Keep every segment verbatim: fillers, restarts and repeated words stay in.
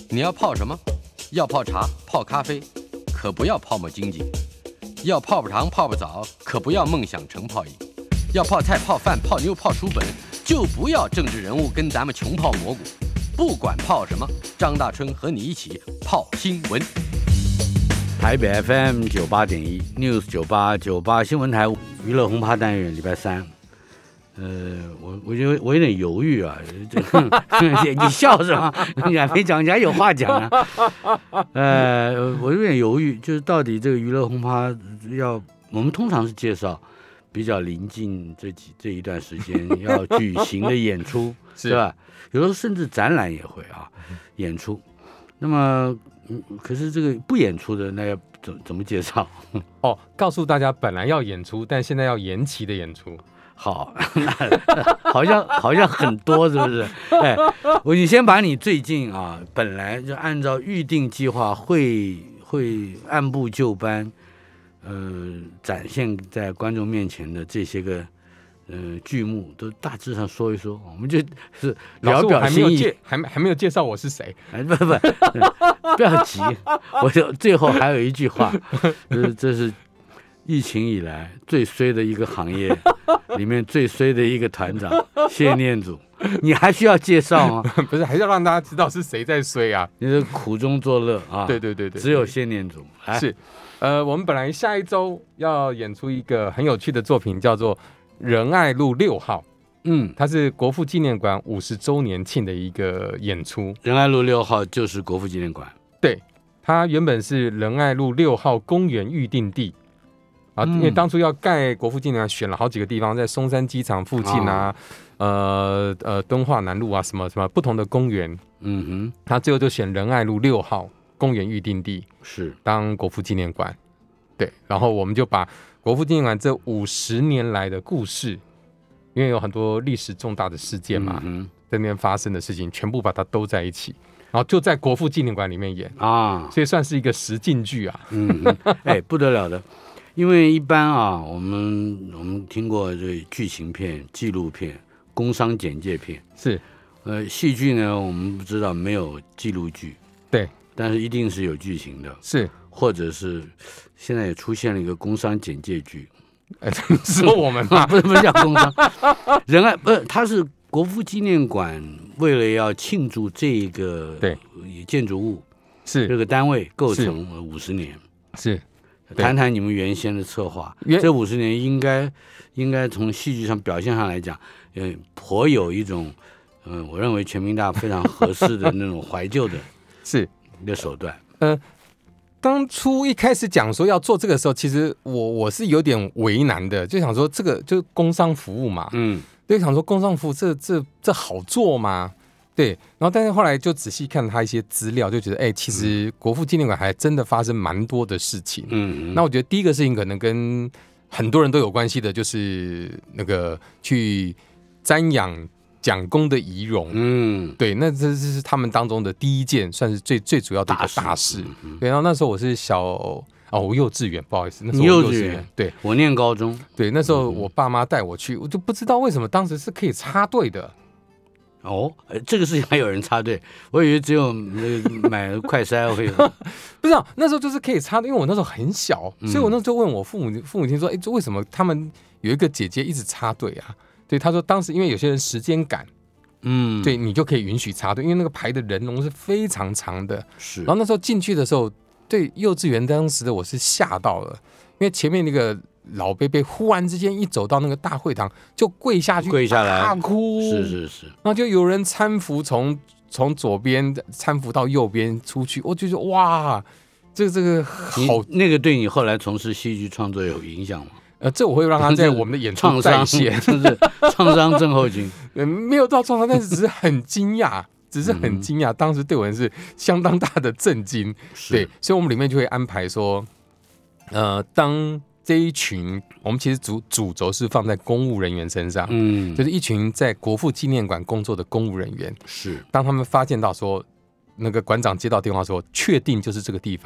你要泡什么？要泡茶、泡咖啡，可不要泡沫经济；要泡泡糖、泡泡澡，可不要梦想成泡影；要泡菜、泡饭、泡妞、泡书本，就不要政治人物跟咱们穷泡蘑菇。不管泡什么，张大春和你一起泡新闻。 台北 F M 九八点一 News 九八九八新闻台娱乐轰趴单元，礼拜三。呃，我我觉得我有点犹豫啊，你笑什么？你还没讲，你还有话讲啊？呃，我有点犹豫，就是到底这个娱乐轰趴要，我们通常是介绍比较临近这几这一段时间要举行的演出，是吧？有的时候甚至展览也会啊，演出。那么，嗯，可是这个不演出的，那要怎怎么介绍？ 哦，告诉大家本来要演出，但现在要延期的演出。 好，好像好像很多，是不是？哎，我你先把你最近啊，本来就按照预定计划会会按部就班，呃，展现在观众面前的这些个呃剧目，都大致上说一说，我们就是聊表心意。 还没还没有介绍我是谁？ 哎，不不，不要急，我就最后还有一句话，就是这是疫情以来最衰的一个行业里面最衰的一个团长谢念祖，你还需要介绍吗？ 不是，还是要让大家知道是谁在衰啊？ 你是苦中作乐啊！ 对对对对， 只有谢念祖。 是，呃，我们本来下一周要演出一个很有趣的作品，叫做《仁爱路六号》。嗯，它是国父纪念馆五十周年庆的一个演出。 仁爱路六号就是国父纪念馆。 对，它原本是仁爱路六号公园预定地。啊，因为当初要盖国父纪念馆，选了好几个地方，在松山机场附近啊，哦、呃呃敦化南路啊，什么什么不同的公园，嗯哼，他最后就选仁爱路六号公园预定地是当国父纪念馆，对，然后我们就把国父纪念馆这五十年来的故事，因为有很多历史重大的事件嘛，嗯、在那边发生的事情，全部把它兜在一起。然后就在国父纪念馆里面演啊，所以算是一个实境剧啊， 嗯，哎，不得了的。因为一般啊，我们我们听过这剧情片、纪录片、工商简介片是， 呃，戏剧呢，我们不知道没有纪录剧， 对，但是一定是有剧情的， 是， 或者是现在也出现了一个工商简介剧， 哎，说我们嘛， 不是不是叫工商，仁爱不是，它是国父纪念馆为了要庆祝这个对建筑物是这个单位构成五十年是。 谈谈你们原先的策划，这五十年应该应该从戏剧上表现上来讲，呃，颇有一种，嗯、呃，我认为全民大非常合适的那种怀旧的， 是的手段。 呃，当初一开始讲说要做这个的时候，其实我我是有点为难的，就想说这个就是工商服务嘛，嗯，就想说工商服务这这这好做吗？对，然后但是后来就仔细看他一些资料，就觉得哎、欸，其实国父纪念馆还真的发生蛮多的事情。嗯，那我觉得第一个事情可能跟很多人都有关系的，就是那个去瞻仰蒋公的遗容。嗯，对，那这是他们当中的第一件，算是最最主要的一个大事。嗯、对，然后那时候我是小哦，我幼稚园，不好意思，那时候我幼稚园，对， 我念高中。 对，那时候我爸妈带我去，我就不知道为什么当时是可以插队的。 哦，这个事情还有人插队，我以为只有买快筛会。 不是、啊，那时候就是可以插队，因为我那时候很小，所以我那时候就问我父母父母亲说：“哎，为什么他们有一个姐姐一直插队啊？”对，他说当时因为有些人时间赶，嗯，对你就可以允许插队，因为那个排的人龙是非常长的。是，然后那时候进去的时候，对幼稚园当时的我是吓到了，因为前面那个老伯伯忽然之间一走到那个大会堂就跪下去跪下来大哭， 是是是， 然后就有人搀扶从从左边搀扶到右边出去，我就觉得哇，这个这个好， 那个对你后来从事戏剧创作有影响吗？ 呃，这我会让他在我们的演出再现， 真是创伤症候群， 呃，没有到创伤，但是只是很惊讶。只是很惊讶，当时对我是相当大的震惊，对，所以我们里面就会安排说，呃，当这一群，我们其实主主轴是放在公务人员身上，嗯，就是一群在国父纪念馆工作的公务人员， 是， 当他们发现到说，那个馆长接到电话说，确定就是这个地方，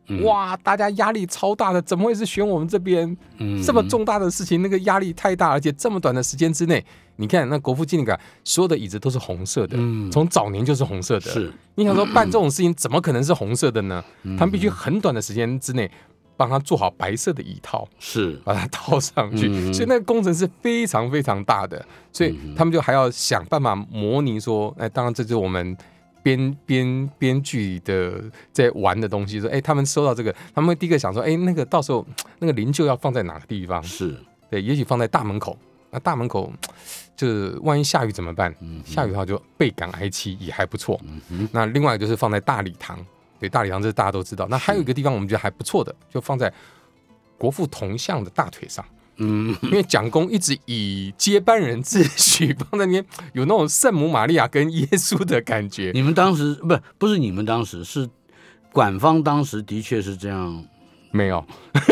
嗯、哇，大家压力超大的，怎么会是选我们这边？嗯，这么重大的事情，那个压力太大，而且这么短的时间之内，你看那国父纪念馆所有的椅子都是红色的，嗯，从早年就是红色的。是，你想说办这种事情，怎么可能是红色的呢？嗯、他们必须很短的时间之内。帮他做好白色的椅套，是把它套上去，嗯、所以那个工程是非常非常大的，所以他们就还要想办法模拟说，哎，当然这就是我们编编编剧的在玩的东西，说，哎，他们收到这个，他们会第一个想说，哎，那个到时候那个灵柩要放在哪个地方？是对，也许放在大门口，那大门口就是万一下雨怎么办？嗯、下雨的话就倍感哀戚，也还不错。嗯、那另外就是放在大礼堂。对，大礼堂这大家都知道。那还有一个地方我们觉得还不错的，就放在国父铜像的大腿上。嗯，因为蒋公一直以接班人秩序放在那边，有那种圣母玛利亚跟耶稣的感觉。 你们当时不不是你们当时是馆方当时的确是这样， 没有。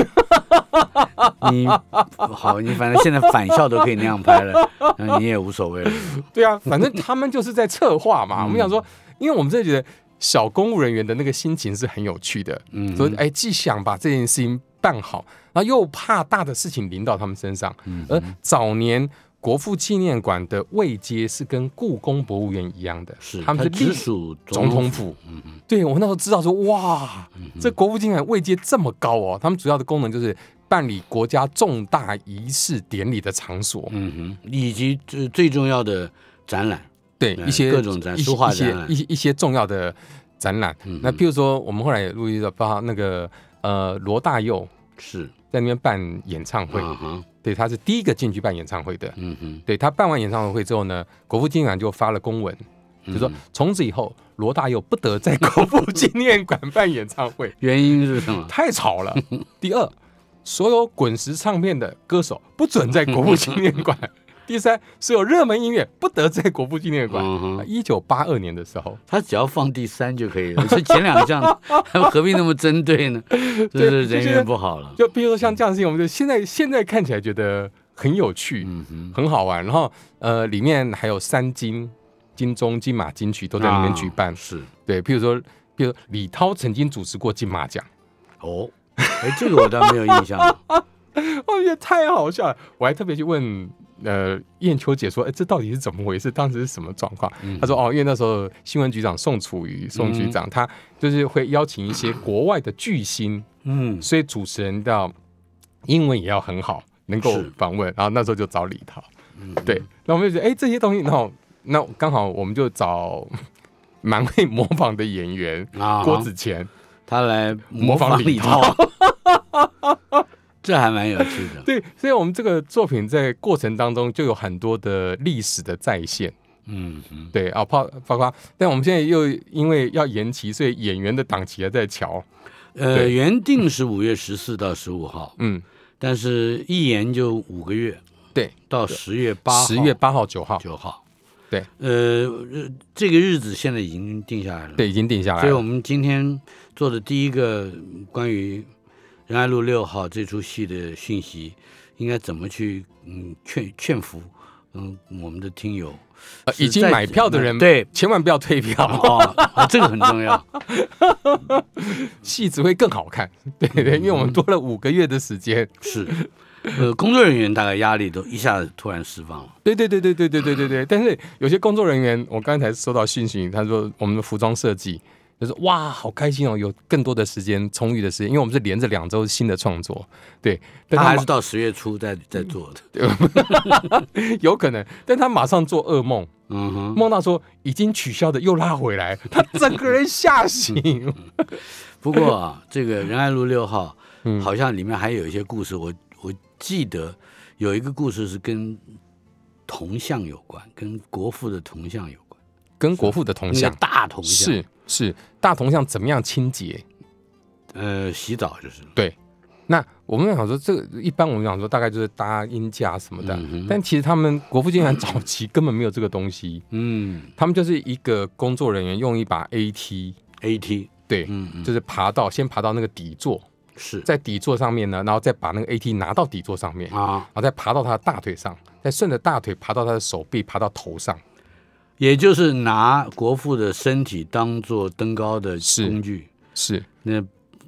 你好，你反正现在返校都可以那样拍了，那你也无所谓了。 对啊，反正他们就是在策划嘛。嗯、我们想说，因为我们真的觉得。小公务人员的那个心情是很有趣的，嗯，所以哎，既想把这件事情办好，然后又怕大的事情临到他们身上。嗯、而早年国父纪念馆的位阶是跟故宫博物院一样的，是他们是直属总统府。嗯、对我那时候知道说，哇，嗯、这国父纪念馆位阶这么高哦，他们主要的功能就是办理国家重大仪式典礼的场所， 嗯哼，以及最重要的展览。 对一些各种展书画展览，一些一些重要的展览。嗯、那譬如说，我们后来也录音到，包括那个呃罗大佑是在那边办演唱会，嗯、对，他是第一个进去办演唱会的。嗯哼，对他办完演唱会之后呢，国父纪念馆就发了公文，就说从此以后罗大佑不得在国父纪念馆办演唱会。 原因是什么？ 太吵了。第二，所有滚石唱片的歌手不准在国父纪念馆。第三，所有热门音乐不得在国父纪念馆。一九八二年的时候， 他只要放第三就可以了。所以前两项何必那么针对呢？就是人缘不好了。 就比如说像这样的事情，我们就现在现在看起来觉得很有趣，嗯、很好玩。然后呃，里面还有三金、金钟、金马、金曲都在那边举办。啊、是对，譬如说，比如李涛曾经主持过金马奖。 哦，哎，这个我倒没有印象。 我觉得太好笑了，我还特别去问。呃，燕秋姐说：“哎，这到底是怎么回事？当时是什么状况？”嗯、她说：“哦，因为那时候新闻局长宋楚瑜，宋局长、嗯、他就是会邀请一些国外的巨星，嗯，所以主持人要英文也要很好，能够访问。然后那时候就找李涛，嗯、对，那我们就觉得，哎，这些东西，然后那刚好我们就找蛮会模仿的演员、啊、郭子乾， 他来模仿李涛。”这还蛮有趣的， 对，所以我们这个作品在过程当中就有很多的历史的再现，嗯，对啊，包包括，但我们现在又因为要延期，所以演员的档期还在瞧， 呃，原定是五月十四到十五号，嗯，但是一延就五个月， 对， 到十月八号， 十月八号、九号、 九号， 对， 呃，这个日子现在已经定下来了， 对，已经定下来了， 所以我们今天做的第一个关于仁爱路六号这出戏的讯息，应该怎么去嗯劝劝服嗯我们的听友、 呃，已经买票的人对， 千万不要退票哦，这个很重要， 戏只会更好看，对对，因为我们多了五个月的时间， 是，呃，工作人员大概压力都一下子突然释放了， 对对对对对对对对对，但是有些工作人员，我刚才收到讯息，他说我们的服装设计。就是哇，好开心哦！有更多的时间，充裕的时间，因为我们是连着两周新的创作，对。 但他还是到十月初在在做的， 有可能。但他马上做噩梦，嗯哼，梦到说已经取消的又拉回来，他整个人吓醒。 不过啊，这个仁爱路六号，嗯、好像里面还有一些故事，我我记得有一个故事是跟铜像有关，跟国父的铜像有关， 跟国父的铜像， 大铜像是。是大铜像怎么样清洁？ 呃，洗澡就是。 对，那我们想说，这个一般我们想说大概就是搭衣架什么的，嗯、但其实他们国父纪念馆早期根本没有这个东西。嗯，他们就是一个工作人员用一把 A T A T， 对，嗯嗯就是爬到先爬到那个底座， 是在底座上面呢，然后再把那个 A T 拿到底座上面啊，然后再爬到他的大腿上，再顺着大腿爬到他的手臂，爬到头上。 也就是拿国父的身体当做登高的工具， 是，是那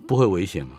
不会危险吗？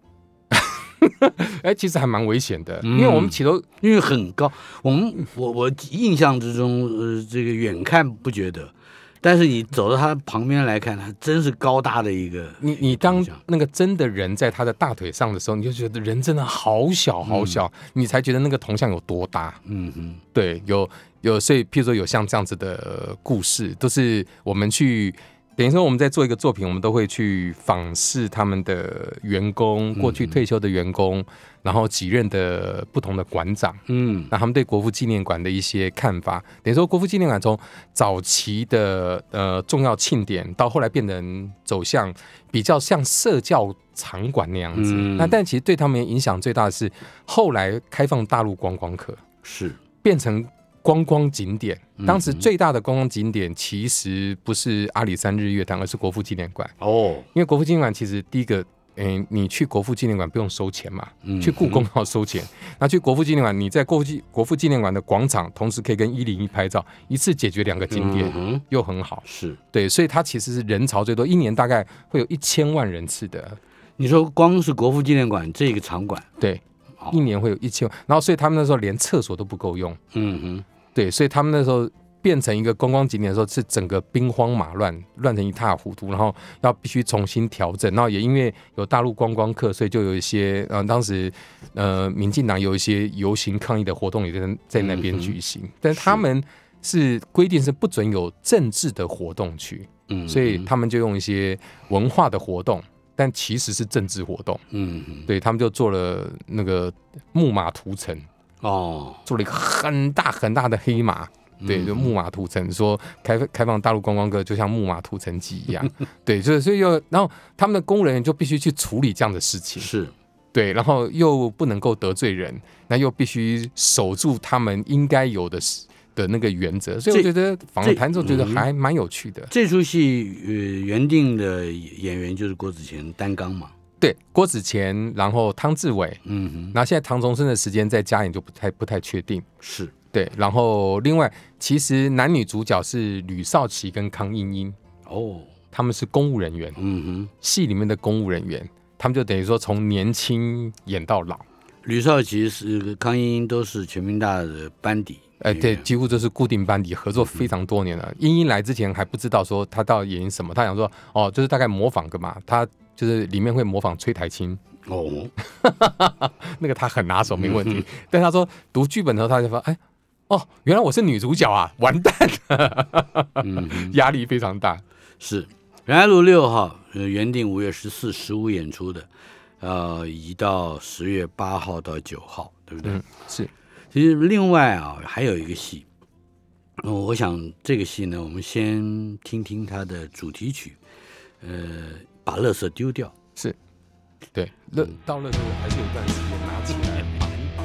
哎，其实还蛮危险的，因为我们起楼因为很高，我们我我印象之中，呃，这个远看不觉得，但是你走到它旁边来看，它真是高大的一个。 你你当那个真的人在他的大腿上的时候，你就觉得人真的好小好小，嗯、你才觉得那个铜像有多大。嗯哼，对，有有，所以譬如说有像这样子的故事，都是我们去。等于说我们在做一个作品，我们都会去访视他们的员工，过去退休的员工，嗯、然后几任的不同的馆长，嗯，那他们对国父纪念馆的一些看法。等于说国父纪念馆从早期的呃重要庆典，到后来变成走向比较像社教场馆那样子。嗯、那但其实对他们影响最大的是后来开放大陆观光客， 是变成观光景点。当时最大的观光景点其实不是阿里山日月潭，而是国父纪念馆。哦，因为国父纪念馆其实第一个，欸、你去国父纪念馆不用收钱嘛，嗯、去故宫要收钱。那去国父纪念馆，你在国父国父纪念馆的广场，同时可以跟一零一拍照，一次解决两个景点，嗯、又很好。 是对，所以它其实是人潮最多，一年大概会有一千万人次的。 你说光是国父纪念馆这个场馆， 对，一年会有一千万，然后所以他们那时候连厕所都不够用。嗯哼。对，所以他们那时候变成一个观光景点的时候，是整个兵荒马乱，乱成一塌糊涂，然后要必须重新调整。然后也因为有大陆观光客，所以就有一些呃，当时呃，民进党有一些游行抗议的活动也在在那边举行，嗯、但是他们是规定是不准有政治的活动去，嗯，所以他们就用一些文化的活动，但其实是政治活动，嗯，对他们就做了那个木马屠城。哦，做了一个很大很大的黑马，对，就木马屠城，说开开放大陆观光客就像木马屠城记一样，对，所以所以又然后他们的公务人员就必须去处理这样的事情， 是对，然后又不能够得罪人，那又必须守住他们应该有的的那个原则，所以我觉得访谈之后觉得还蛮有趣的。 这出戏呃原定的演员就是郭子乾担纲嘛。 对，郭子乾，然后汤志伟，嗯哼，然后现在唐崇生的时间在加演就不太不太确定， 是对，然后另外其实男女主角是吕少奇跟康英英，哦，他们是公务人员，嗯哼，戏里面的公务人员，他们就等于说从年轻演到老。 吕少奇是康英英都是全民大的班底， 哎，对，几乎都是固定班底，合作非常多年了。英英来之前还不知道说他到底演什么，他想说哦，就是大概模仿个嘛，他。就是里面会模仿崔台青哦，那个他很拿手没问题。嗯、但他说读剧本的时候，他就说：“哎，哦，原来我是女主角啊，完蛋了，嗯、压力非常大。” 是仁爱路六号，呃，原定五月十四、十五演出的，呃，移到十月八号到九号，对不对？嗯、 是。 其实另外啊，还有一个戏，呃，我想这个戏呢，我们先听听它的主题曲，呃。把垃圾丢掉， 是，对，垃到垃圾还是有一段时间拿起来绑一绑。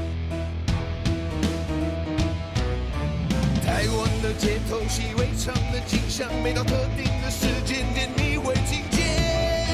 台湾的街头习未常的景象，每到特定的时间点你会听见。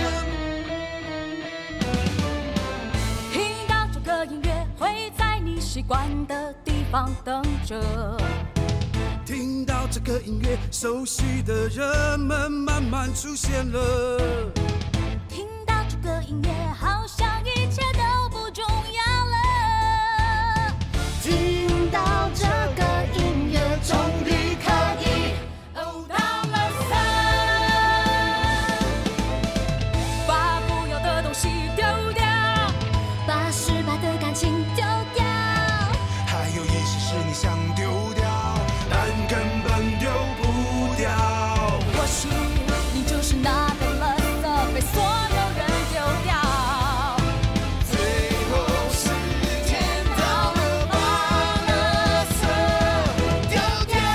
听到这个音乐，会在你习惯的地方等着。听到这个音乐，熟悉的人们慢慢出现了。听到这个音乐，好像一切都不重要了。听到这个音乐，终于可以哦到了散，把不要的东西丢掉，把失败的感情丢掉，还有一些是你想丢掉。根本丢不掉，或许你就是那个垃圾，被所有人丢掉。最后时间到了，把垃圾丢掉。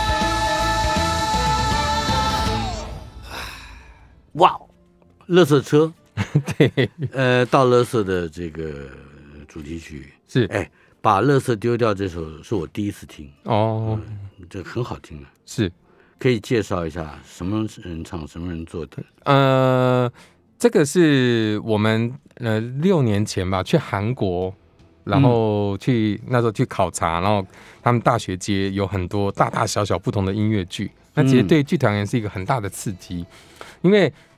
哇，垃圾车， 对， 呃，倒垃圾的这个主题曲是， 哎，把垃圾丢掉这首是我第一次听哦。 嗯这很好听啊， 是， 可以介绍一下什么人唱，什么人做的？ 呃，这个是我们呃六年前吧，去韩国，然后去、嗯、那时候去考察，然后他们大学街有很多大大小小不同的音乐剧，那其实对剧团人是一个很大的刺激，因为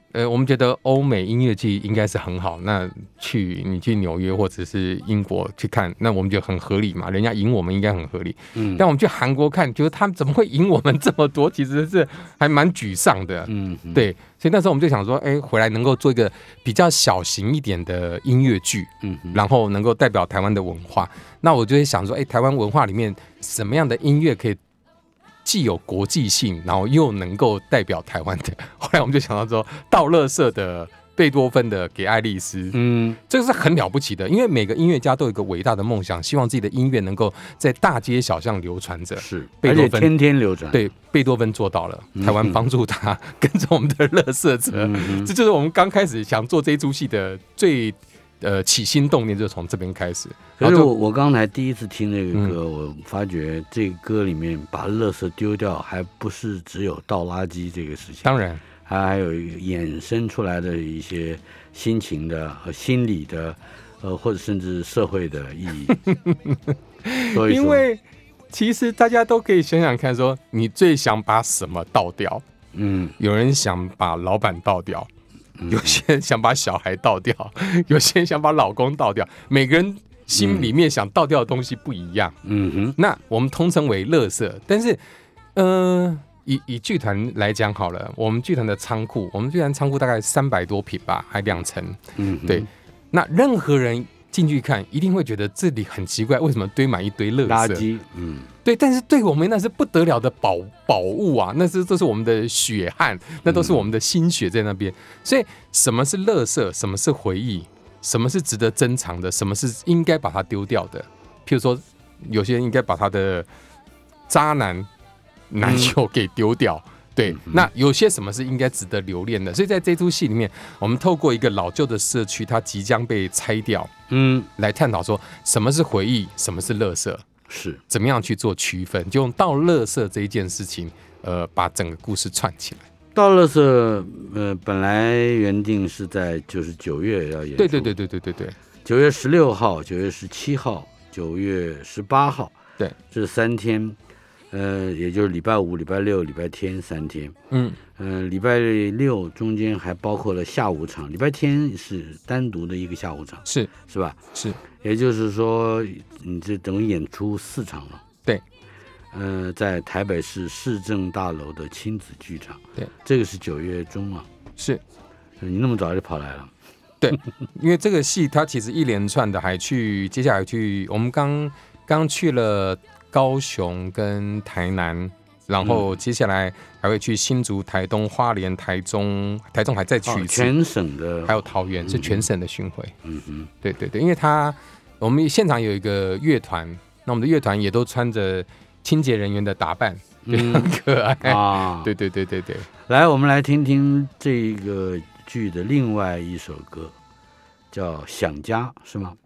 呃，我们觉得欧美音乐季应该是很好，那去你去纽约或者是英国去看，那我们觉得很合理嘛，人家赢我们应该很合理。嗯，但我们去韩国看，觉得他们怎么会赢我们这么多，其实是还蛮沮丧的。嗯，对，所以那时候我们就想说，哎、欸，回来能够做一个比较小型一点的音乐剧，嗯，然后能够代表台湾的文化。那我就会想说，哎、欸，台湾文化里面什么样的音乐可以既有国际性，然后又能够代表台湾的。后来我们就想到说，到垃圾的贝多芬的《给爱丽丝》，嗯，这个是很了不起的，因为每个音乐家都有一个伟大的梦想，希望自己的音乐能够在大街小巷流传着。 是， 贝多芬而且天天流传。 对，贝多芬做到了，台湾帮助他跟着我们的垃圾车，嗯、这就是我们刚开始想做这一出戏的最。呃，起心动念就从这边开始。 可是我我刚才第一次听那个歌，嗯、我发觉这个歌里面把垃圾丢掉，还不是只有倒垃圾这个事情。 当然， 还还有衍生出来的一些心情的和心理的，呃，或者甚至社会的意义。所以因为其实大家都可以想想看说，说你最想把什么倒掉？嗯，有人想把老板倒掉。有些人想把小孩倒掉，有些人想把老公倒掉，每个人心里面想倒掉的东西不一样。嗯哼，那我们通称为垃圾。但是，呃，以以剧团来讲好了，我们剧团的仓库，我们剧团仓库大概三百多坪吧，还两层。嗯，对。那任何人进去看，一定会觉得这里很奇怪，为什么堆满一堆垃圾？ 垃圾，嗯， 对。但是对我们那是不得了的宝宝物啊，那是都是我们的血汗，那都是我们的心血在那边。所以，什么是垃圾？什么是回忆？什么是值得珍藏的？什么是应该把它丢掉的？譬如说，有些人应该把他的渣男男友给丢掉。嗯，对，那有些什么是应该值得留恋的？所以在这出戏里面，我们透过一个老旧的社区，它即将被拆掉，嗯，来探讨说什么是回忆，什么是垃圾， 是怎么样去做区分，就用倒垃圾这一件事情，呃，把整个故事串起来。 倒垃圾，呃，本来原定是在就是九月要演出， 对对对对对对对， 九月十六号、九月十七号、九月十八号， 对， 这三天。呃，也就是礼拜五、礼拜六、礼拜天三天。嗯，呃，礼拜六中间还包括了下午场，礼拜天是单独的一个下午场， 是是吧？ 是， 也就是说，你这等于演出四场了。 对， 呃，在台北市市政大楼的亲子剧场。 对， 这个是九月中啊。 是， 你那么早就跑来了。 对，因为这个戏它其实一连串的，还去接下来去，我们刚刚去了。高雄跟台南，然后接下来还会去新竹、台东、花莲、台中，台中还再去一次， 哦、全省的， 还有桃园、嗯、是全省的巡回。嗯嗯，对对对，因为他我们现场有一个乐团，那我们的乐团也都穿着清洁人员的打扮，嗯、很可爱啊。对对对对对， 来，我们来听听这个剧的另外一首歌，叫《想家》，是吗？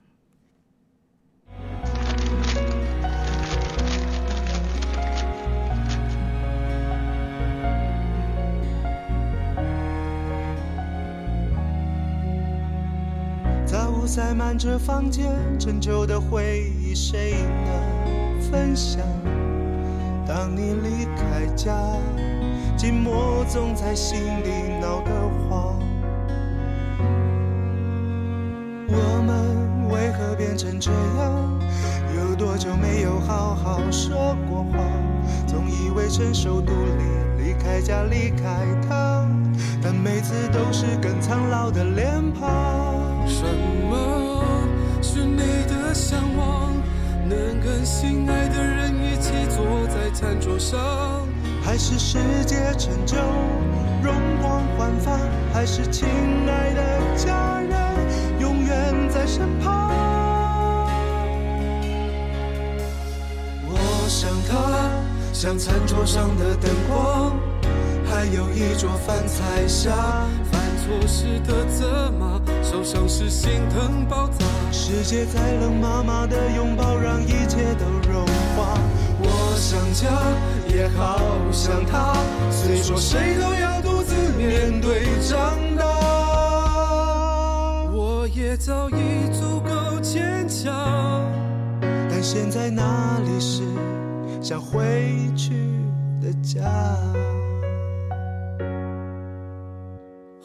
杂物塞满这房间，陈旧的回忆谁能分享？当你离开家，寂寞总在心里闹得慌。我们为何变成这样？有多久没有好好说过话？总以为成熟独立，离开家离开他，但每次都是更苍老的脸庞。 什么是你的向往？能跟心爱的人一起坐在餐桌上， 还是世界成就容光焕发？还是亲爱的家人永远在身旁？我想他，像餐桌上的灯光，还有一桌饭菜下， 犯错时的责骂，受伤时心疼爆炸。 世界再冷，妈妈的拥抱让一切都融化。我想家，也好想他，虽说谁都要独自面对长大。 我也早已足够坚强， 但现在哪里是想回去的家？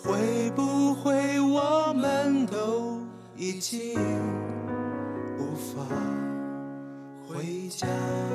已经无法回家。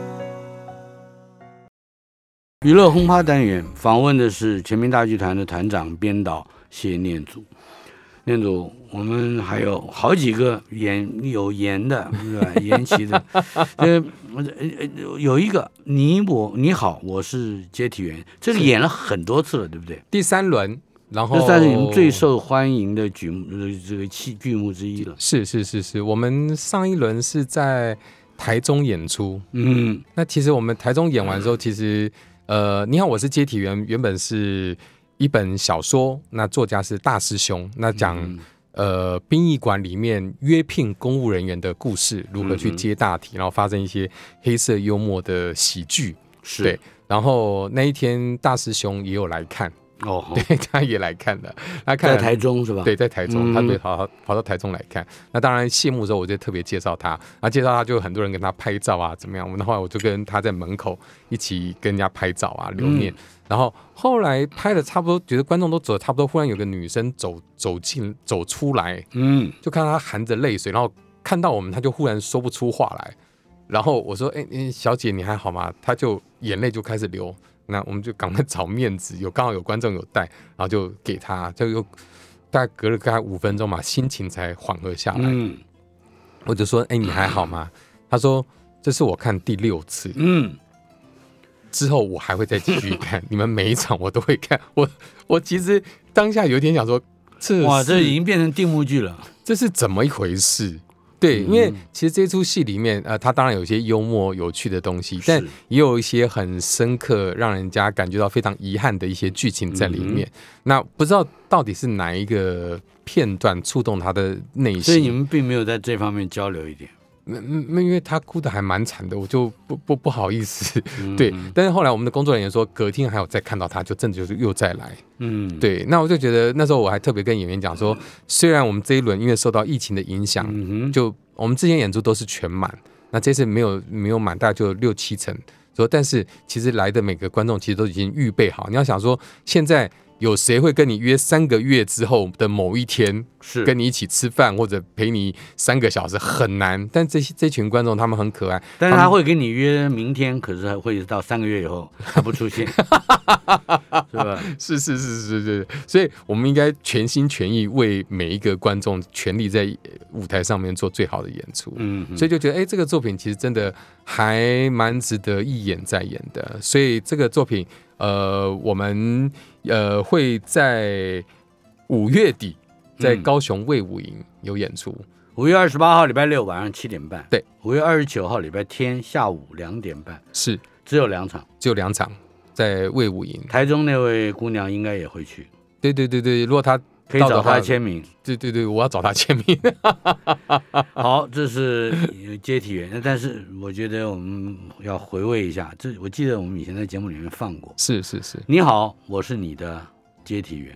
娱乐轰趴单元访问的是全民大剧团的团长编导谢念祖。念祖，我们还有好几个演有演的，是吧？延期的，呃，有一个你我你好，我是接体员，这个演了很多次了，对不对？ 第三轮，然后这算是你们最受欢迎的剧目，这个戏剧目之一了。 是是是是，我们上一轮是在台中演出， 嗯，那其实我们台中演完之后，其实呃，你好，我是接体员，原本是一本小说，那作家是大师兄，那讲、嗯、呃殡仪馆里面约聘公务人员的故事，如何去接大体，然后发生一些黑色幽默的喜剧， 是对。然后那一天大师兄也有来看。哦，对，他也来看了，他看了在台中是吧？ 对，在台中，嗯、他对跑跑到台中来看。那当然谢幕的时候，我就特别介绍他，然后介绍他就很多人跟他拍照啊，怎么样？那后来我就跟他在门口一起跟人家拍照啊，留念。嗯、然后后来拍的差不多，觉得观众都走差不多，忽然有个女生走走进走出来，嗯，就看到她含着泪水，然后看到我们，她就忽然说不出话来。然后我说：“哎、欸，小姐你还好吗？”她就眼泪就开始流。那我们就赶快找面子，有刚好有观众有带，然后就给他，就又大概隔了大概五分钟嘛，心情才缓和下来。嗯，我就说：“哎、欸，你还好吗？”他说：“这是我看第六次，嗯，之后我还会再继续看，你们每一场我都会看。我”我其实当下有点想说，这哇，这已经变成定目剧了， 这是怎么一回事？对，因为其实这出戏里面，呃，它当然有一些幽默有趣的东西，但也有一些很深刻，让人家感觉到非常遗憾的一些剧情在里面。嗯、那不知道到底是哪一个片段触动他的内心？ 所以你们并没有在这方面交流一点。 那那因为他哭得还蛮惨的，我就不不不好意思。嗯、对，但是后来我们的工作人员说，隔天还有再看到他，就真的就是又再来。嗯，对。那我就觉得那时候我还特别跟演员讲说，虽然我们这一轮因为受到疫情的影响，嗯、就我们之前演出都是全满，那这次没有没有满，大概就六七成。说，但是其实来的每个观众其实都已经预备好。你要想说，现在有谁会跟你约三个月之后的某一天，是跟你一起吃饭或者陪你三个小时，很难。但这这群观众他们很可爱， 但是他会跟你约明天，可是还会到三个月以后还不出现，是吧？ 是是是是是，所以我们应该全心全意为每一个观众全力在舞台上面做最好的演出。嗯，所以就觉得，哎、欸，这个作品其实真的还蛮值得一演再演的。所以这个作品，呃，我们。呃，会在五月底在高雄卫武营有演出。 五、嗯、月二十八号礼拜六晚上七点半， 对。 五月二十九号礼拜天下午两点半， 是只有两场， 只有两场在卫武营。 台中那位姑娘应该也会去。 对对对对，如果她可以找她签名。 对对对，我要找她签名。 好，这是接体员，但是我觉得我们要回味一下，这我记得我们以前在节目里面放过。 是是是， 你好，我是你的接体员。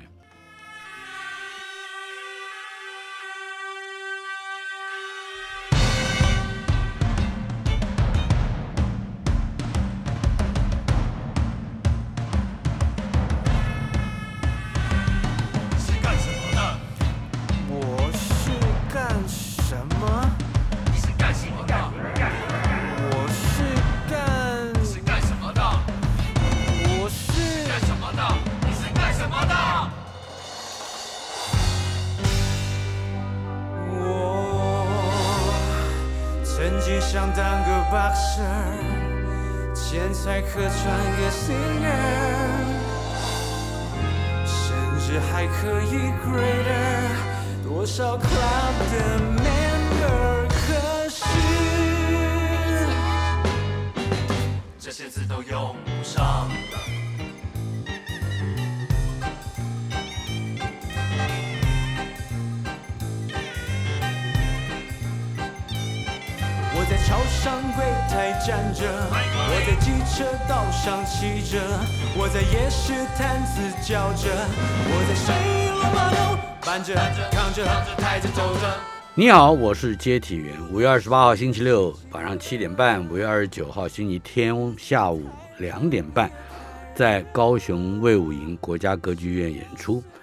想当个 boxer， 钱财可赚个 singer， 甚至还可以 greater， 多少 club 的 member， 可是这些字都用不上。我在桥上柜台站着，我在机车道上骑着，我在夜市摊子叫着，我在水龙马路搬着扛着抬着走着。 你好，我是接体员。五月二十八号星期六晚上七点半，五月二十九号星期天下午两点半，在高雄卫武营国家歌剧院演出。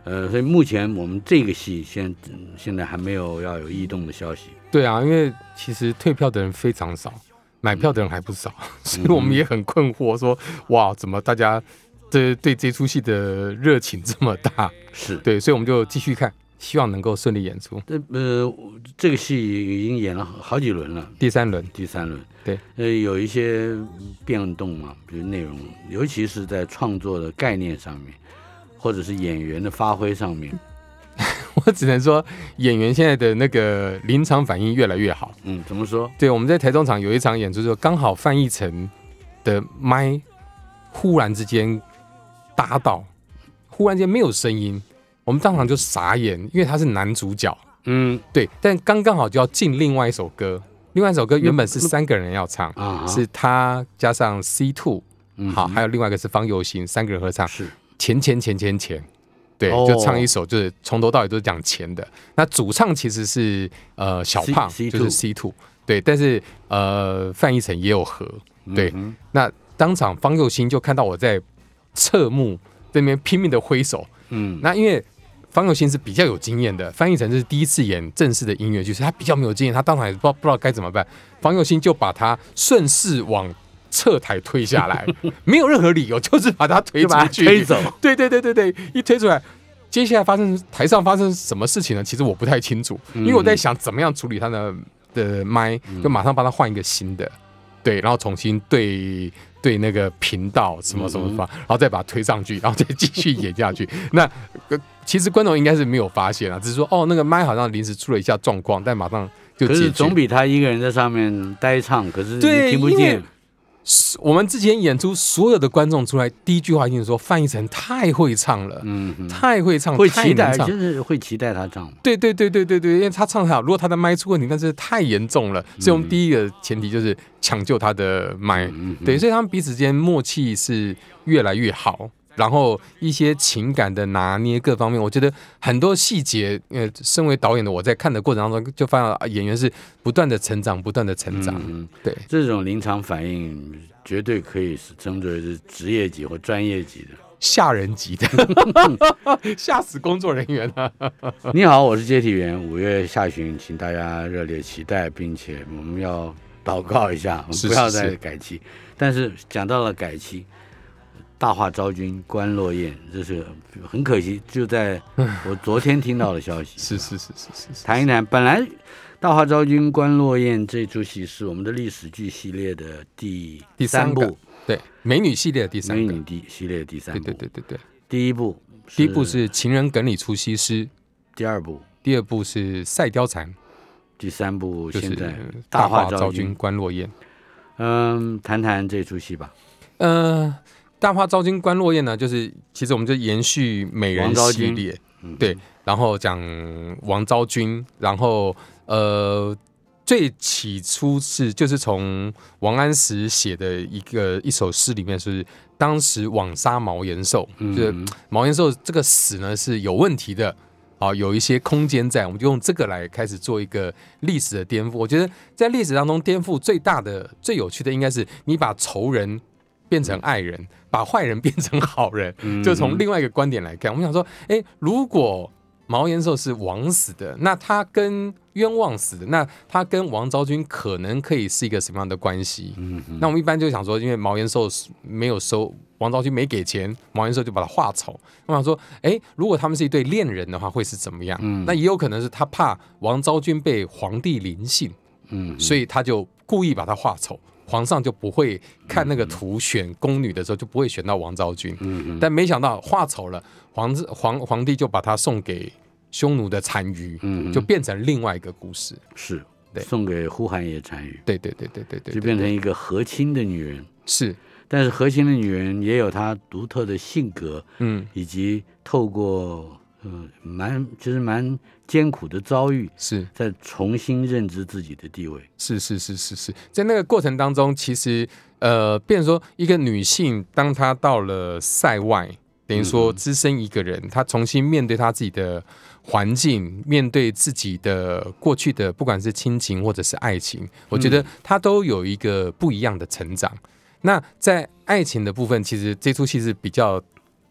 呃，所以目前我们这个戏现现在还没有要有异动的消息。 对啊，因为其实退票的人非常少，买票的人还不少，嗯、所以我们也很困惑说，说哇，怎么大家对对这出戏的热情这么大？ 是对，所以我们就继续看，希望能够顺利演出。 这呃，这个戏已经演了好几轮了， 第三轮， 第三轮， 对， 呃，有一些变动嘛，比如内容，尤其是在创作的概念上面，或者是演员的发挥上面。 我只能说，演员现在的那个临场反应越来越好。 嗯，怎么说？ 对，我们在台中场有一场演出，就刚好范逸臣的麦忽然之间搭到，忽然间没有声音，我们当场就傻眼，因为他是男主角。嗯，对，但刚刚好就要进另外一首歌，另外一首歌原本是三个人要唱，嗯、是他加上 C 二、嗯，好，还有另外一个是方佑兴，三个人合唱， 是钱钱钱钱钱。对，就唱一首，就是从头到尾都是讲钱的。那主唱其实是呃小胖， C, 就是 C 二， 对，但是呃范逸臣也有和，对。嗯、那当场方佑兴就看到我在侧幕这边拼命的挥手，嗯，那因为方佑兴是比较有经验的，范逸臣是第一次演正式的音乐剧，所以他比较没有经验，他当场也不知道不知道该怎么办。方佑兴就把他顺势往侧台推下来，没有任何理由，就是把他推出去， 推走。 对对对对对，一推出来，接下来发生台上发生什么事情呢？其实我不太清楚，因为我在想怎么样处理他的的麦，就马上帮他换一个新的，对，然后重新对对那个频道什么什么什么，然后再把它推上去，然后再继续演下去。那其实观众应该是没有发现啊，只是说哦，那个麦好像临时出了一下状况，但马上就解决。 可是总比他一个人在上面呆唱，可是你听不见。 我们之前演出，所有的观众出来第一句话一定说范逸臣太会唱了，嗯，太会唱， 会期待，就是会期待他唱。 对对对对对对，因为他唱得好，如果他的麦出问题，那是太严重了。所以我们第一个前提就是抢救他的麦，嗯、对，所以他们彼此之间默契是越来越好。然后一些情感的拿捏各方面，我觉得很多细节，呃，身为导演的我在看的过程当中，就发现演员是不断的成长，不断的成长。嗯，对， 这种临场反应绝对可以是称之为是职业级或专业级的， 吓人级的，吓死工作人员了。 你好，我是接体员。五月下旬，请大家热烈期待，并且我们要祷告一下，我们不要再改期。是是是，但是讲到了改期。大话昭君关落雁，这是很可惜，就在我昨天听到的消息。 是是是是是， 谈一谈，本来大话昭君关落雁这出戏是我们的历史剧系列的第第三部，对，美女系列的第三个，美女系列的第三部， 对对对对对。 第一部， 第一部是情人哏里出西施， 第二部， 第二部是赛貂蝉， 第三部现在大话昭君关落雁。 嗯，谈谈这出戏吧。 嗯、呃。大话昭君关落雁呢，就是其实我们就延续美人系列，嗯、对，然后讲王昭君，然后呃，最起初是就是从王安石写的一个一首诗里面是当时枉杀毛延寿，嗯、就是毛延寿这个死呢是有问题的。啊，有一些空间在，我们就用这个来开始做一个历史的颠覆。我觉得在历史当中颠覆最大的、最有趣的，应该是你把仇人变成爱人，把坏人变成好人，就从另外一个观点来看，我们想说，哎，如果毛延寿是枉死的，那他跟冤枉死的，那他跟王昭君可能可以是一个什么样的关系？嗯，那我们一般就想说，因为毛延寿没有收，王昭君没给钱，毛延寿就把他化丑。我想说，哎，如果他们是一对恋人的话，会是怎么样？嗯，那也有可能是他怕王昭君被皇帝临幸，嗯，所以他就故意把他化丑。皇上就不会看那个图选宫女的时候就不会选到王昭君，嗯、但没想到画丑了，皇皇皇帝就把他送给匈奴的单于，嗯、就变成另外一个故事。 是，对，送给呼韩邪单于。 对对对对对对， 就变成一个和亲的女人。 是， 但是和亲的女人也有她独特的性格，嗯，以及透过嗯蛮其实蛮艰苦的遭遇， 是在重新认知自己的地位。 是是是是是，在那个过程当中，其实呃，变成说一个女性，当她到了塞外，等于说只身一个人，她重新面对她自己的环境，面对自己的过去的，不管是亲情或者是爱情，我觉得她都有一个不一样的成长。那在爱情的部分，其实这出戏是比较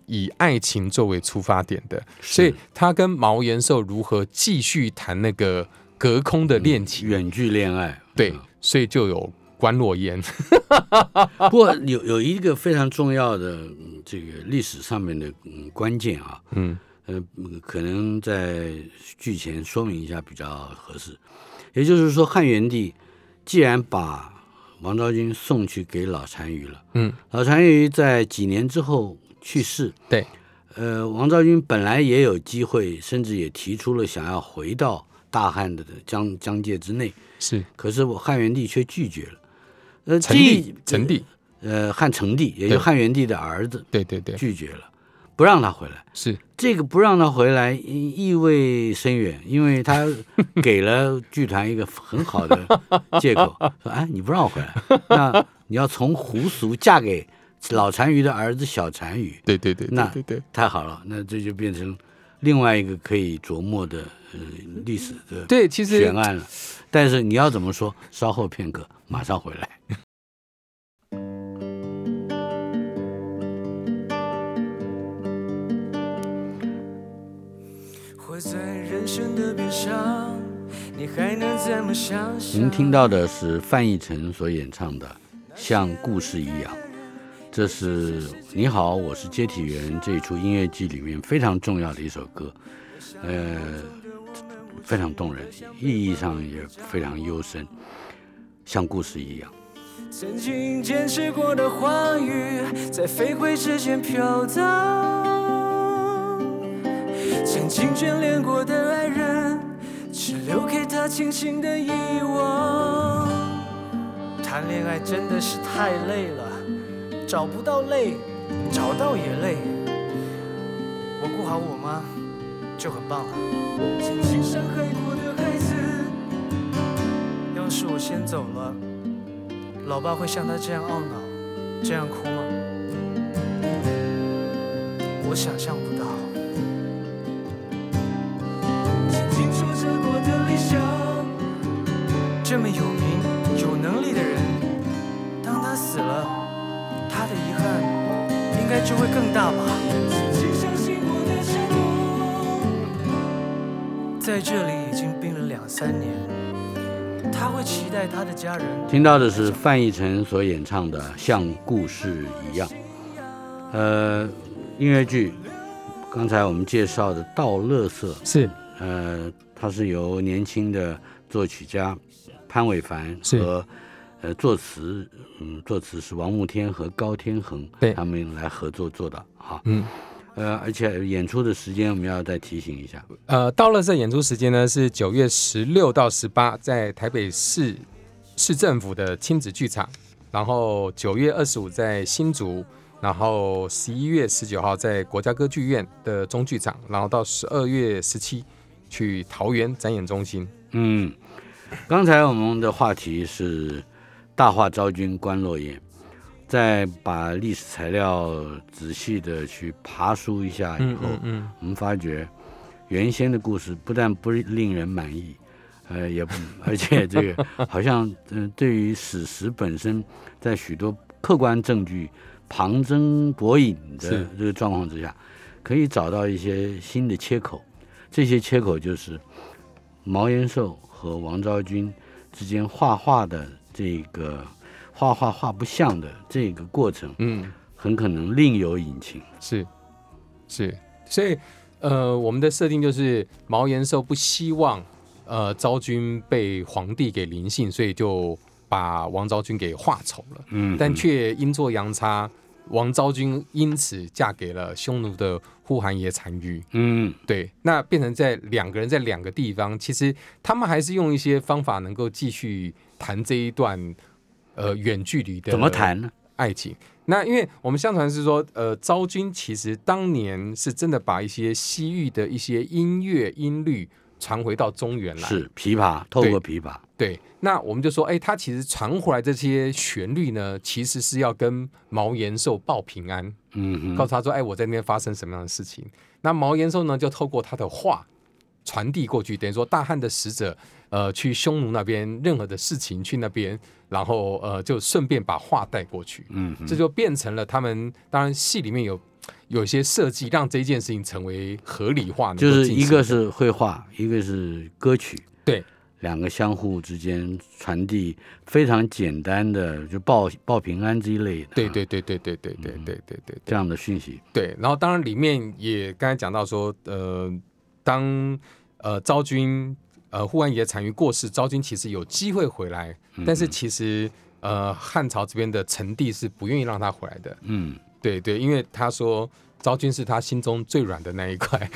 以爱情作为出发点的，所以他跟毛延寿如何继续谈那个隔空的恋情， 远距恋爱， 对，所以就有关洛烟。 不过有有一个非常重要的、嗯、这个历史上面的、嗯、关键啊，嗯，呃，可能在剧前说明一下比较合适。也就是说，汉元帝既然把王昭君送去给老单于了，嗯，老单于在几年之后去世， 对， 呃，王昭君本来也有机会，甚至也提出了想要回到大汉的疆疆界之内， 是， 可是我汉元帝却拒绝了。呃， 成帝，成帝， 呃，汉成帝，也就是汉元帝的儿子， 对对对， 拒绝了，不让他回来。 是这个不让他回来，意味深远，因为他给了剧团一个很好的借口，说：“哎，你不让我回来，那你要从胡俗嫁给老单于的儿子小单于。” 对对对， 那对对， 太好了，那这就变成另外一个可以琢磨的呃历史的对，其实悬案了。但是你要怎么说？稍后片刻，马上回来。您听到的是范逸臣所演唱的《像故事一样》，这是《你好，我是接体员》这一出音乐剧里面非常重要的一首歌，呃，非常动人，意义上也非常幽深，像故事一样。 曾经坚持过的话语，在飞灰之间飘荡，曾经眷恋过的爱人，只留给他轻轻的遗忘。谈恋爱真的是太累了，找不到累，找到也累。我顾好我妈就很棒了。曾经伤害过的孩子，要是我先走了，老爸会像他这样懊恼，这样哭吗？我想象不到。曾经说着过的理想，这么有名有能力的人，当他死了，他的遗憾应该就会更大吧。曾经相信过的承诺，在这里已经病了两三年，他会期待他的家人。 听到的是范逸臣所演唱的《像故事一样》。呃，音乐剧刚才我们介绍的《倒垃圾》 是， 呃，它是由年轻的作曲家潘伟凡和呃作词，嗯，作词是王牧天和高天恒， 对， 他们来合作做的哈， 嗯。 呃，而且演出的时间我们要再提醒一下。 呃，到了这演出时间呢是九月十六到十八，在台北市市政府的亲子剧场，然后九月二十五在新竹，然后十一月十九号在国家歌剧院的中剧场，然后到十二月十七去桃园展演中心。 嗯，刚才我们的话题是大话昭君关洛言。再把历史材料仔细的去爬梳一下以后，嗯嗯嗯我们发觉原先的故事不但不令人满意，呃，也不，而且这个好像，嗯、呃，对于史实本身，在许多客观证据旁征博引的这个状况之下，可以找到一些新的切口。这些切口就是毛延寿和王昭君之间画画的这个。画画画不像的这个过程，嗯，很可能另有隐情。 是，是，所以，呃，我们的设定就是毛延寿不希望，呃，昭君被皇帝给临幸，所以就把王昭君给画丑了。嗯，但却阴错阳差，王昭君因此嫁给了匈奴的呼韩邪单于。嗯，对，那变成在两个人在两个地方，其实他们还是用一些方法能够继续谈这一段。呃，远距离的怎么谈呢？ 爱情，那因为我们相传是说，呃，昭君其实当年是真的把一些西域的一些音乐音律传回到中原来， 是琵琶，透过琵琶。 对，对那我们就说，哎，他其实传回来这些旋律呢，其实是要跟毛延寿报平安，嗯，告诉他说，哎，我在那边发生什么样的事情。那毛延寿呢，就透过他的话传递过去，等于说大汉的使者，呃，去匈奴那边任何的事情去那边。然后呃，就顺便把话带过去，嗯，这就变成了他们当然戏里面有有些设计让这件事情成为合理化， 就是一个是绘画，一个是歌曲， 对， 两个相互之间传递非常简单的，就报报平安这一类的， 对对对对对对对对对对这样的讯息。 对，然后当然里面也刚才讲到说，呃，当呃昭君呃呼安爷单于过世，昭君其实有机会回来， 嗯、 但是其实呃汉朝这边的臣弟是不愿意让他回来的。嗯，对对，因为他说昭君是他心中最软的那一块。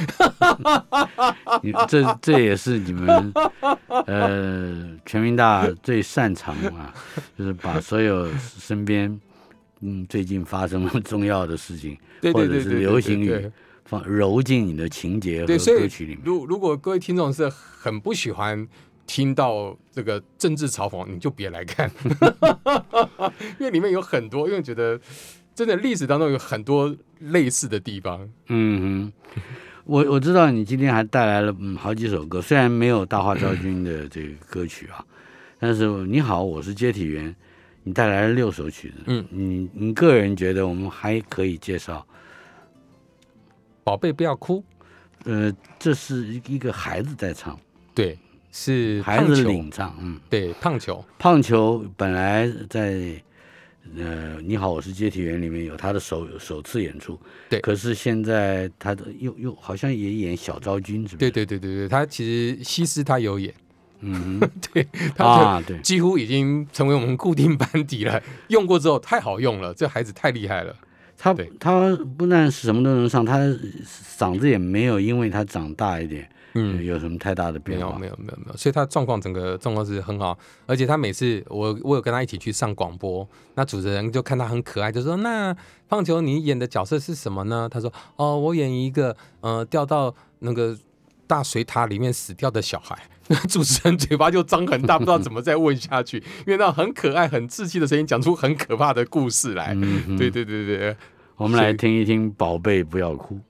这这也是你们呃全民大最擅长啊，就是把所有身边嗯最近发生的重要的事情， 对对对对对对对， 或者是流行语放揉进你的情节和歌曲里面。 如如果各位听众是很不喜欢听到这个政治嘲讽，你就别来看，因为里面有很多，因为觉得真的历史当中有很多类似的地方。嗯哼，我我知道你今天还带来了嗯好几首歌，虽然没有大话昭君的这个歌曲啊，但是你好，我是接体员，你带来了六首曲子。嗯，你你个人觉得我们还可以介绍？ 宝贝不要哭， 呃，这是一个孩子在唱， 对，是孩子领唱，嗯， 对，胖球， 胖球本来在呃你好，我是接体员里面有他的首首次演出， 对， 可是现在他的又又好像也演小昭君，是不是？ 对对对对对，他其实西施他有演。 嗯， 对，他就几乎已经成为我们固定班底了。用过之后太好用了，这孩子太厉害了。 他他不但是什么都能上，他嗓子也没有因为他长大一点，嗯，有什么太大的变化？ 没有没有没有没有，所以他状况整个状况是很好，而且他每次我我有跟他一起去上广播，那主持人就看他很可爱，就说：“那胖球你演的角色是什么呢？”他说：“哦，我演一个呃掉到那个大水塔里面死掉的小孩。”主持人嘴巴就张很大，不知道怎么再问下去，因为那很可爱、很稚气的声音讲出很可怕的故事来。嗯、对对对对， 我们来听一听《宝贝不要哭》。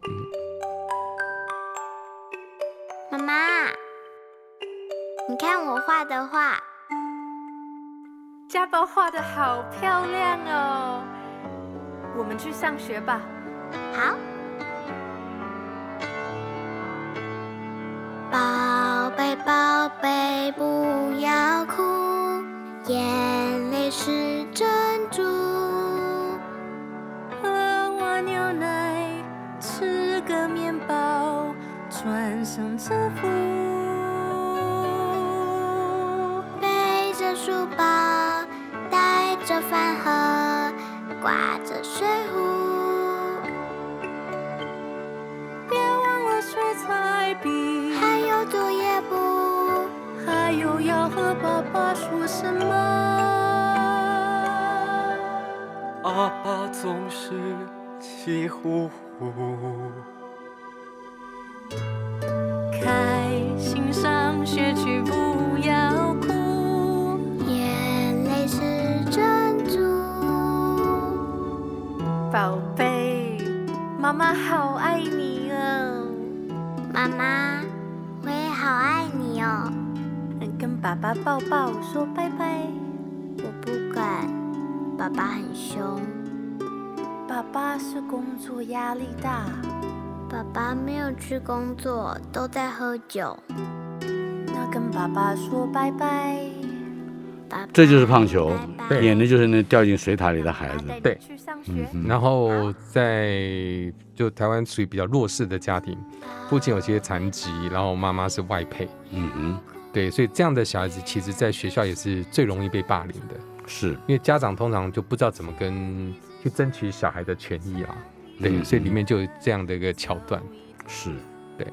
妈妈，你看我画的画， 家宝画的好漂亮哦。我们去上学吧。 好。宝贝宝贝不要哭，眼泪是珍珠。 喝碗牛奶，吃个面包，穿上制服。 背着书包，带着饭盒，挂着水壶。 别忘了水彩笔。 还有作业簿， 还有要和爸爸说什么？ 爸爸总是气呼呼。 开心上学去，不要哭， 眼泪是珍珠。 宝贝，妈妈好爱你哦。 妈妈。我也好爱你哦， 跟爸爸抱抱说拜拜。 我不敢，爸爸很凶。 爸爸是工作压力大。 爸爸没有去工作，都在喝酒。 那跟爸爸说拜拜。 这就是胖球，演的就是那掉进水塔里的孩子。 对，嗯、然后在就台湾属于比较弱势的家庭，父亲有些残疾，然后妈妈是外配。嗯哼，对，所以这样的小孩子，其实在学校也是最容易被霸凌的。 是因为家长通常就不知道怎么跟去争取小孩的权益啊。对，嗯、所以里面就有这样的一个桥段。 是。 对。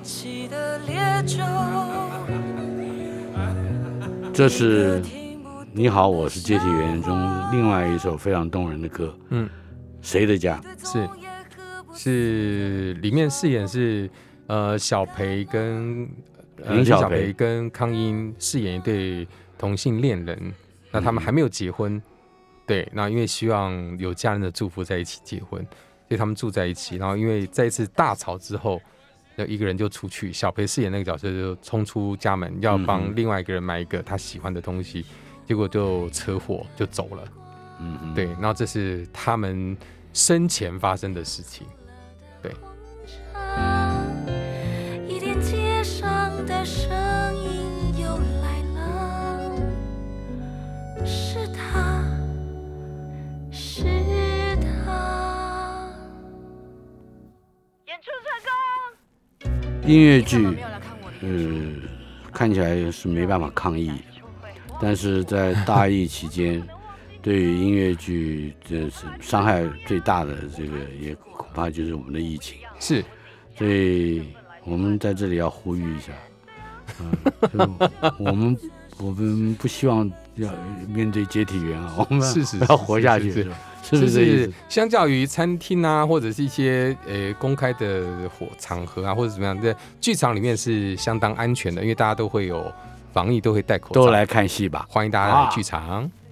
这是你好，我是接体员中另外一首非常动人的歌，嗯，谁的家？ 是是里面饰演是呃小培跟呃林小培跟康英饰演一对同性恋人，那他们还没有结婚，对，那因为希望有家人的祝福在一起结婚，所以他们住在一起，然后因为在一次大吵之后。那一个人就出去，小培饰演那个角色就冲出家门，要帮另外一个人买一个他喜欢的东西，嗯、结果就车祸就走了。嗯，对，然后这是他们生前发生的事情。对。一点街上的声音又来了，是他，是他。演出成功。音乐剧，呃，看起来是没办法抗议，但是在大疫期间，对于音乐剧这是伤害最大的这个，也恐怕就是我们的疫情。是，所以我们在这里要呼吁一下，嗯、呃，我们我们不希望要面对接体员啊，我们是是要活下去。是是是是是不是这意思？相较于餐厅啊，或者是一些呃公开的火场合啊，或者怎么样，在剧场里面是相当安全的，因为大家都会有防疫，都会戴口罩。都来看戏吧，欢迎大家来剧场。啊